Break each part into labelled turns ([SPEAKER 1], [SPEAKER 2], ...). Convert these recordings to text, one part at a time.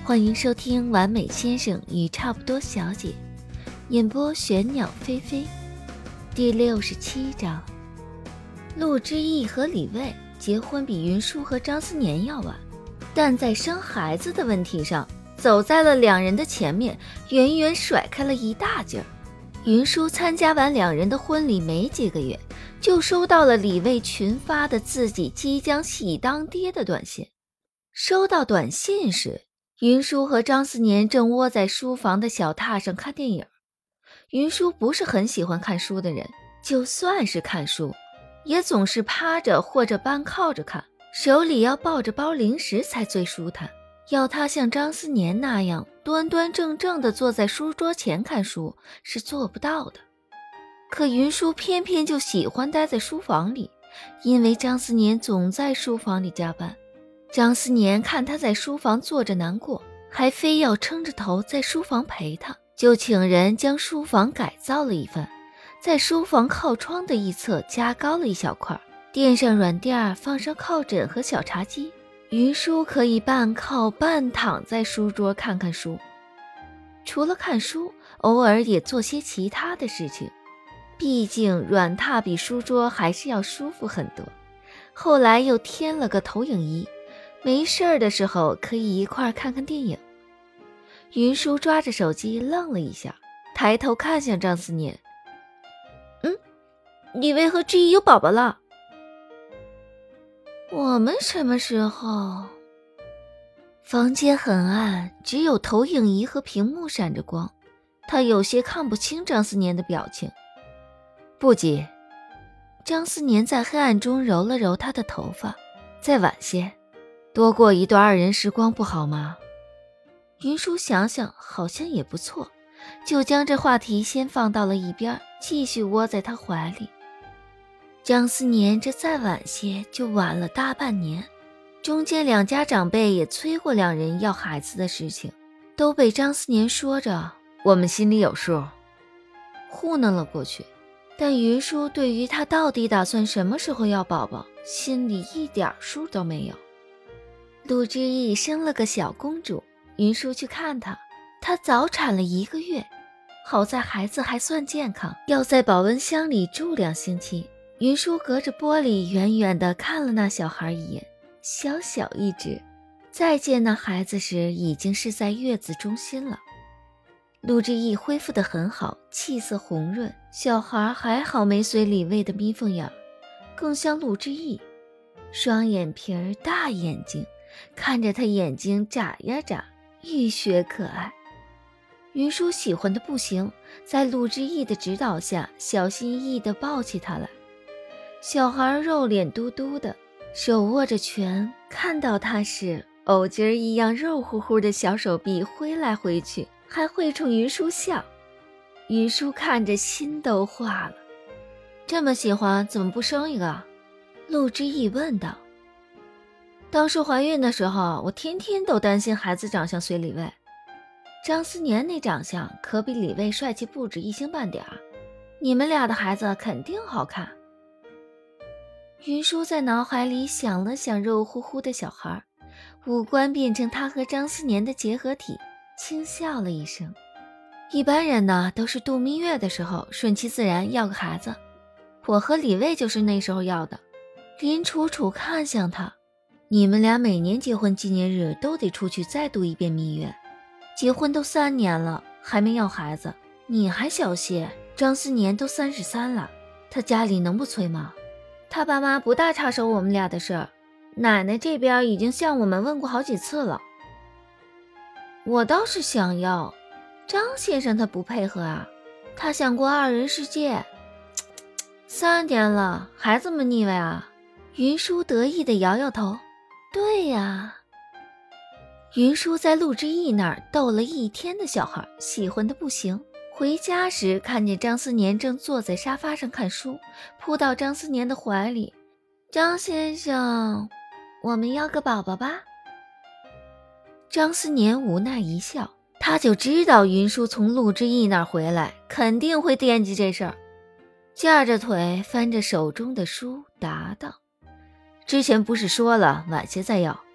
[SPEAKER 1] 欢迎收听完美先生与差不多小姐，演播玄鸟飞飞，第67章。陆之义和李卫结婚比云舒和张思年要晚，但在生孩子的问题上走在了两人的前面，远远甩开了一大截儿。云舒参加完两人的婚礼没几个月，就收到了李卫群发的自己即将喜当爹的短信。收到短信时，云舒和张思年正窝在书房的小榻上看电影。云舒不是很喜欢看书的人，就算是看书，也总是趴着或者半靠着看，手里要抱着包零食才最舒坦。要他像张思年那样端端正正地坐在书桌前看书是做不到的。可云舒偏偏就喜欢待在书房里，因为张思年总在书房里加班。张思年看他在书房坐着难过，还非要撑着头在书房陪他，就请人将书房改造了一番，在书房靠窗的一侧加高了一小块，垫上软垫，放上靠枕和小茶几。云舒可以半靠半躺在书桌看看书，除了看书，偶尔也做些其他的事情。毕竟软榻比书桌还是要舒服很多。后来又添了个投影仪，没事儿的时候可以一块看看电影。云舒抓着手机愣了一下，抬头看向张思年。李卫和之一有宝宝了。我们什么时候？房间很暗，只有投影仪和屏幕闪着光，他有些看不清张思年的表情。不急。张思年在黑暗中揉了揉他的头发，再晚些，多过一段二人时光不好吗？云舒想想好像也不错，就将这话题先放到了一边，继续窝在他怀里。张思年这再晚些就晚了大半年，中间两家长辈也催过两人要孩子的事情，都被张思年说着我们心里有数糊弄了过去。但云舒对于他到底打算什么时候要宝宝，心里一点数都没有。陆之义生了个小公主，云舒去看她，她早产了1个月，好在孩子还算健康，要在保温箱里住2星期。云舒隔着玻璃远远地看了那小孩一眼，小小一只，再见那孩子时已经是在月子中心了。陆之义恢复得很好，气色红润，小孩还好没随李卫的眯缝眼，更像陆之义，双眼皮儿大眼睛，看着他眼睛眨呀眨，浴血可爱。云舒喜欢的不行，在陆之义的指导下小心翼翼地抱起他来。小孩肉脸嘟嘟的，手握着拳，看到他时藕筋儿一样肉乎乎的小手臂挥来挥去，还会冲云舒笑。云舒看着心都化了。这么喜欢怎么不生一个？陆之义问道。当时怀孕的时候，我天天都担心孩子长相随李卫。张思年那长相可比李卫帅气不止1星半点儿，你们俩的孩子肯定好看。云舒在脑海里想了想肉乎乎的小孩，五官变成他和张思年的结合体，轻笑了一声。一般人呢，都是度蜜月的时候顺其自然要个孩子，我和李卫就是那时候要的。林楚楚看向他，你们俩每年结婚纪念日都得出去再度一遍蜜月，结婚都3年了还没要孩子，你还小些，张思年都33了，他家里能不催吗？他爸妈不大插手我们俩的事儿，奶奶这边已经向我们问过好几次了。我倒是想要，张先生他不配合啊，他想过2人世界。3年了，孩子们腻歪啊？云舒得意地摇摇头。对呀。云舒在陆之义那儿逗了1天的小孩，喜欢的不行。回家时看见张思年正坐在沙发上看书，扑到张思年的怀里。张先生，我们要个宝宝吧？张思年无奈一笑，他就知道云舒从陆之义那儿回来肯定会惦记这事儿，架着腿翻着手中的书答道：之前不是说了晚些再要？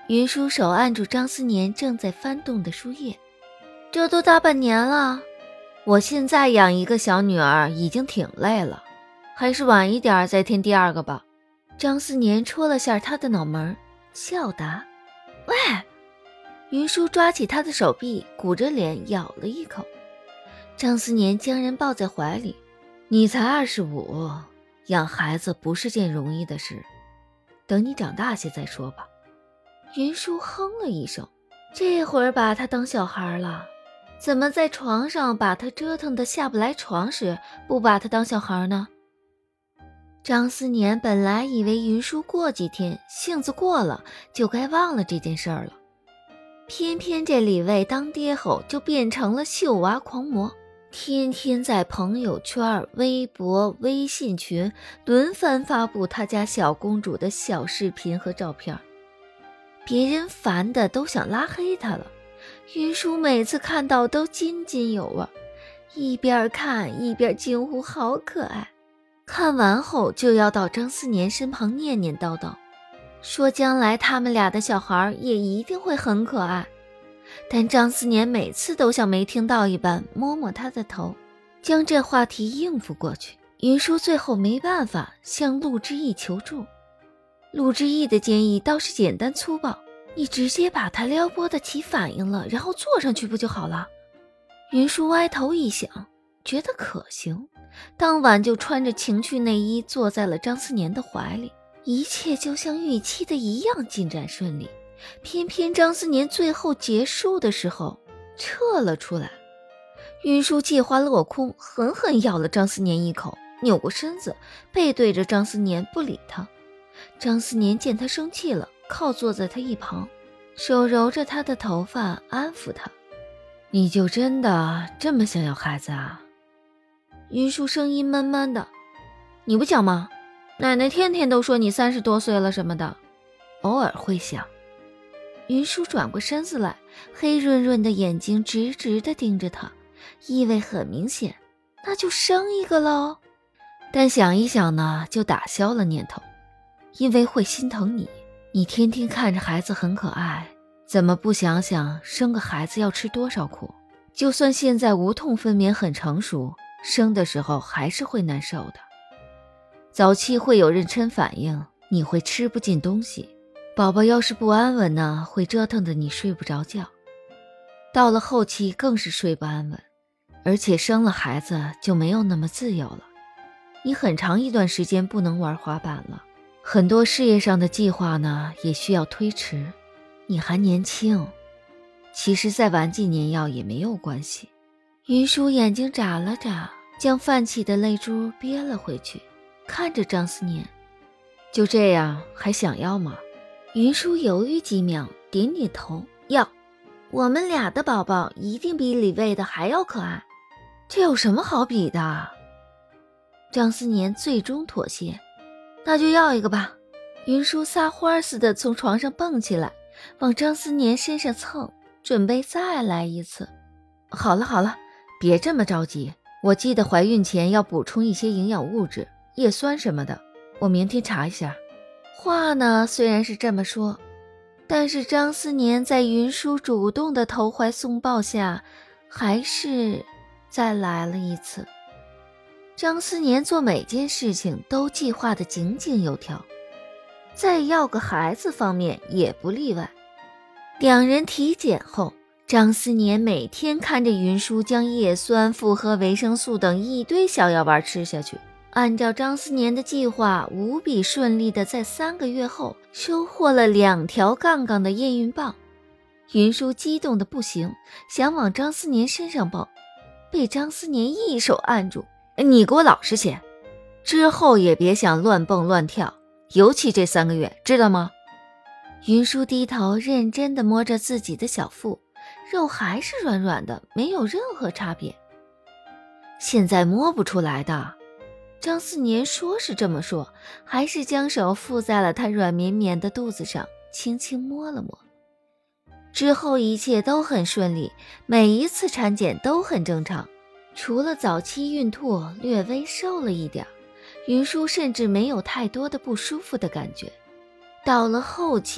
[SPEAKER 1] 云舒手按住张思年正在翻动的书页，这都大半年了，我现在养一个小女儿已经挺累了，还是晚一点再添第二个吧。张思年戳了下他的脑门，笑答：喂！云舒抓起他的手臂，鼓着脸咬了一口。张思年将人抱在怀里：你才25，养孩子不是件容易的事，等你长大些再说吧。云舒哼了一声，这会儿把他当小孩了，怎么在床上把他折腾得下不来床时不把他当小孩呢？张思年本来以为云舒过几天性子过了就该忘了这件事儿了，偏偏这李卫当爹后就变成了秀娃狂魔，天天在朋友圈、微博、微信群轮番发布他家小公主的小视频和照片，别人烦的都想拉黑他了。云舒每次看到都津津有味，一边看一边惊呼好可爱。看完后就要到张思年身旁念念叨叨，说将来他们俩的小孩也一定会很可爱。但张思年每次都像没听到一般，摸摸他的头，将这话题应付过去。云舒最后没办法向陆之义求助，陆之义的建议倒是简单粗暴，你直接把他撩拨得起反应了，然后坐上去不就好了？云舒歪头一想，觉得可行，当晚就穿着情趣内衣坐在了张思年的怀里，一切就像预期的一样进展顺利。偏偏张思年最后结束的时候撤了出来，云舒计划落空，狠狠咬了张思年一口，扭过身子背对着张思年不理他。张思年见他生气了，靠坐在他一旁，手揉着他的头发安抚他：你就真的这么想要孩子啊？云舒声音闷闷的：你不想吗？奶奶天天都说你30多岁了什么的。偶尔会想。云舒转过身子来，黑润润的眼睛直直地盯着他，意味很明显，那就生一个喽。但想一想呢，就打消了念头，因为会心疼你，你天天看着孩子很可爱，怎么不想想生个孩子要吃多少苦？就算现在无痛分娩很成熟，生的时候还是会难受的。早期会有妊娠反应，你会吃不进东西，宝宝要是不安稳呢，会折腾得你睡不着觉。到了后期更是睡不安稳，而且生了孩子就没有那么自由了。你很长一段时间不能玩滑板了，很多事业上的计划呢也需要推迟。你还年轻，其实再玩几年药也没有关系。云舒眼睛眨了眨，将泛起的泪珠憋了回去，看着张思年：就这样还想要吗？云舒犹豫几秒，点点头：要。我们俩的宝宝一定比李卫的还要可爱，这有什么好比的？张思年最终妥协：那就要一个吧。云舒撒欢似的从床上蹦起来，往张思年身上蹭，准备再来一次。好了好了，别这么着急，我记得怀孕前要补充一些营养物质，叶酸什么的，我明天查一下。话呢虽然是这么说，但是张思年在云舒主动的投怀送抱下，还是再来了一次。张思年做每件事情都计划得井井有条，在要个孩子方面也不例外。两人体检后，张思年每天看着云舒将叶酸、复合维生素等一堆小药丸吃下去，按照张思年的计划，无比顺利的在3个月后收获了2条杠杠的验孕棒。云舒激动的不行，想往张思年身上抱，被张思年一手按住：你给我老实些，之后也别想乱蹦乱跳，尤其这3个月，知道吗？云舒低头认真地摸着自己的小腹，肉还是软软的，没有任何差别。现在摸不出来的。张思年说是这么说，还是将手附在了他软绵绵的肚子上，轻轻摸了摸。之后一切都很顺利，每一次产检都很正常，除了早期孕吐略微瘦了一点，云舒甚至没有太多的不舒服的感觉。到了后期，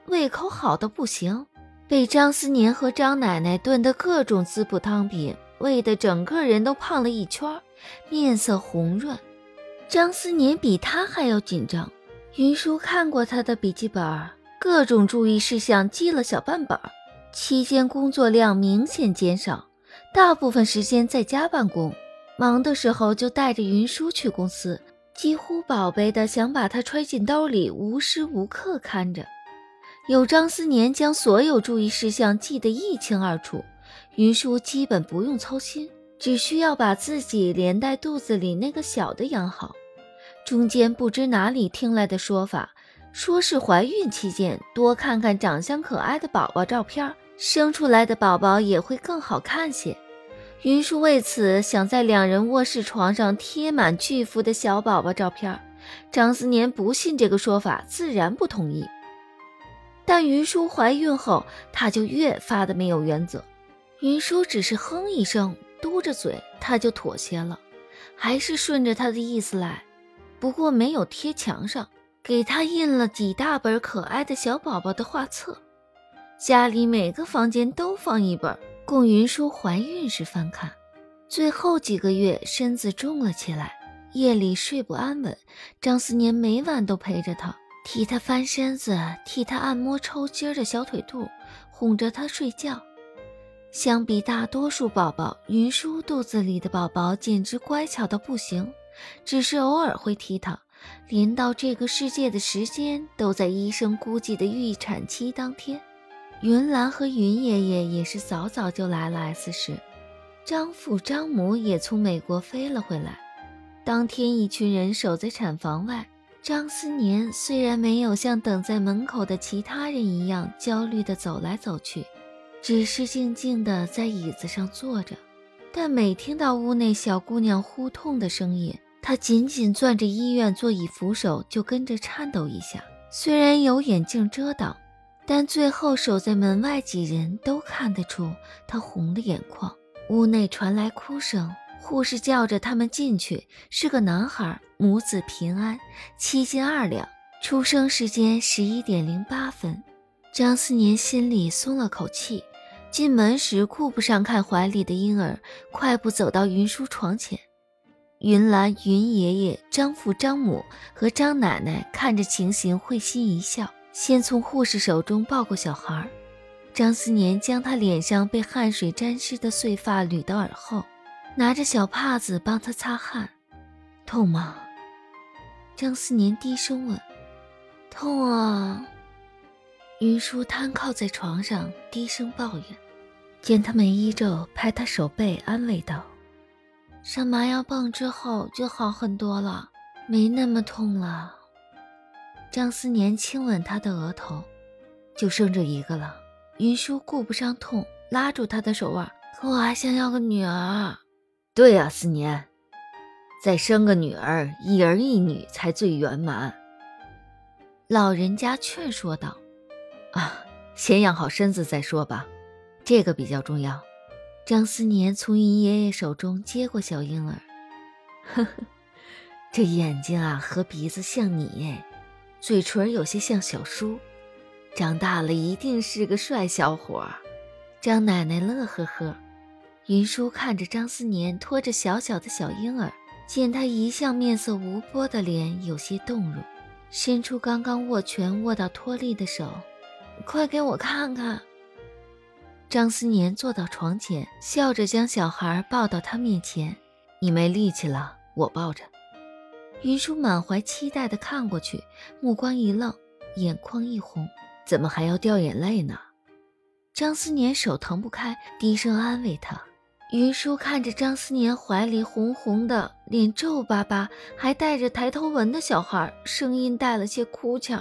[SPEAKER 1] 胃口好的不行，被张思年和张奶奶炖的各种滋补汤品喂得整个人都胖了一圈，面色红润。张思年比他还要紧张，云舒看过他的笔记本，各种注意事项记了小半本，期间工作量明显减少，大部分时间在家办公，忙的时候就带着云舒去公司，几乎宝贝的想把他揣进兜里，无时无刻看着。有张思年将所有注意事项记得一清二楚，云舒基本不用操心，只需要把自己连带肚子里那个小的养好。中间不知哪里听来的说法，说是怀孕期间多看看长相可爱的宝宝照片，生出来的宝宝也会更好看些。云舒为此想在2人卧室床上贴满巨幅的小宝宝照片，张思年不信这个说法，自然不同意。但云舒怀孕后，他就越发的没有原则。云舒只是哼一声，嘟着嘴，他就妥协了，还是顺着他的意思来。不过没有贴墙上，给他印了几大本可爱的小宝宝的画册，家里每个房间都放一本，供云舒怀孕时翻看。最后几个月身子重了起来，夜里睡不安稳，张思年每晚都陪着他，替他翻身子，替他按摩抽筋的小腿肚，哄着他睡觉。相比大多数宝宝，云舒肚子里的宝宝简直乖巧到不行，只是偶尔会踢他，连到这个世界的时间都在医生估计的预产期当天。云兰和云爷爷也是早早就来了 S 市，张父张母也从美国飞了回来。当天一群人守在产房外，张思年虽然没有像等在门口的其他人一样焦虑地走来走去，只是静静地在椅子上坐着，但每听到屋内小姑娘呼痛的声音，他紧紧攥着医院座椅扶手就跟着颤抖一下。虽然有眼镜遮挡，但最后守在门外几人都看得出他红了眼眶。屋内传来哭声，护士叫着他们进去，是个男孩，母子平安，7斤2两，出生时间11点08分。张思年心里松了口气，进门时顾不上看怀里的婴儿，快步走到云舒床前。云兰、云爷爷、张父、张母和张奶奶看着情形会心一笑，先从护士手中抱过小孩。张思年将他脸上被汗水沾湿的碎发捋到耳后，拿着小帕子帮他擦汗。痛吗？张思年低声问。痛啊。云舒瘫靠在床上低声抱怨，见他没依皱，拍他手背安慰道，上麻药棒之后就好很多了，没那么痛了。张思年亲吻他的额头，就剩这一个了。云舒顾不上痛，拉住他的手腕，可我还想要个女儿。对啊，思年，再生个女儿，一儿一女才最圆满。老人家劝说道。啊，先养好身子再说吧，这个比较重要。张思年从云爷爷手中接过小婴儿，呵呵，这眼睛啊和鼻子像你，嘴唇有些像小叔，长大了一定是个帅小伙。张奶奶乐呵呵。云舒看着张思年拖着小小的小婴儿，见他一向面色无波的脸有些动容，伸出刚刚握拳握到脱力的手，快给我看看。张思年坐到床前，笑着将小孩抱到他面前，你没力气了，我抱着。云舒满怀期待地看过去，目光一愣，眼眶一红，怎么还要掉眼泪呢？张思年手腾不开，低声安慰他。云舒看着张思年怀里红红的，脸皱巴巴，还带着抬头纹的小孩，声音带了些哭腔，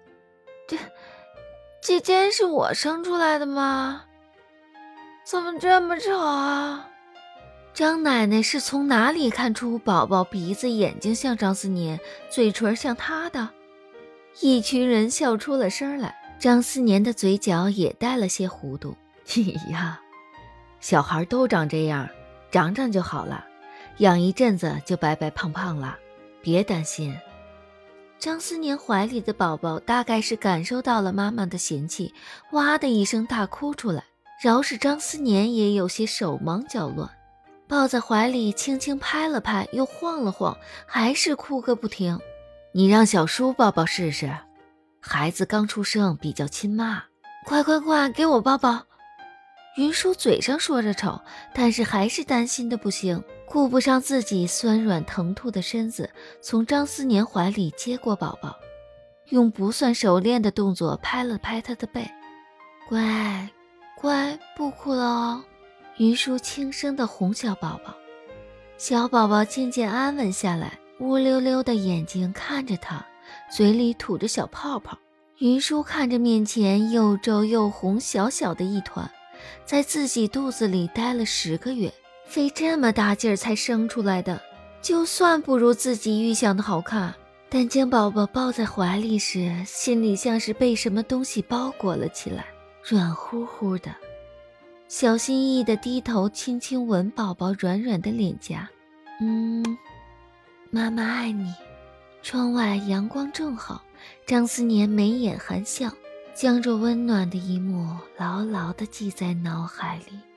[SPEAKER 1] 这真是我生出来的吗？怎么这么丑啊？张奶奶是从哪里看出宝宝鼻子眼睛像张思年，嘴唇像他的？一群人笑出了声来，张思年的嘴角也带了些弧度。呀，小孩都长这样，长长就好了，养一阵子就白白胖胖了，别担心。 张思年怀里的宝宝大概是感受到了妈妈的嫌弃，哇的一声大哭出来，饶是张思年也有些手忙脚乱，抱在怀里轻轻拍了拍，又晃了晃，还是哭个不停。你让小叔抱抱试试，孩子刚出生比较亲妈，快快快给我抱抱。云舒嘴上说着丑，但是还是担心的不行，顾不上自己酸软疼痛的身子，从张思年怀里接过宝宝，用不算熟练的动作拍了拍他的背。乖乖，不哭了哦。云舒轻声地哄小宝宝，小宝宝渐渐安稳下来，乌溜溜的眼睛看着他，嘴里吐着小泡泡。云舒看着面前又皱又红小小的一团，在自己肚子里待了10个月，费这么大劲儿才生出来的，就算不如自己预想的好看，但将宝宝抱在怀里时，心里像是被什么东西包裹了起来，软乎乎的。小心翼翼地低头轻轻吻宝宝软软的脸颊，妈妈爱你。窗外阳光正好，张思年眉眼含笑，将这温暖的一幕牢牢地记在脑海里。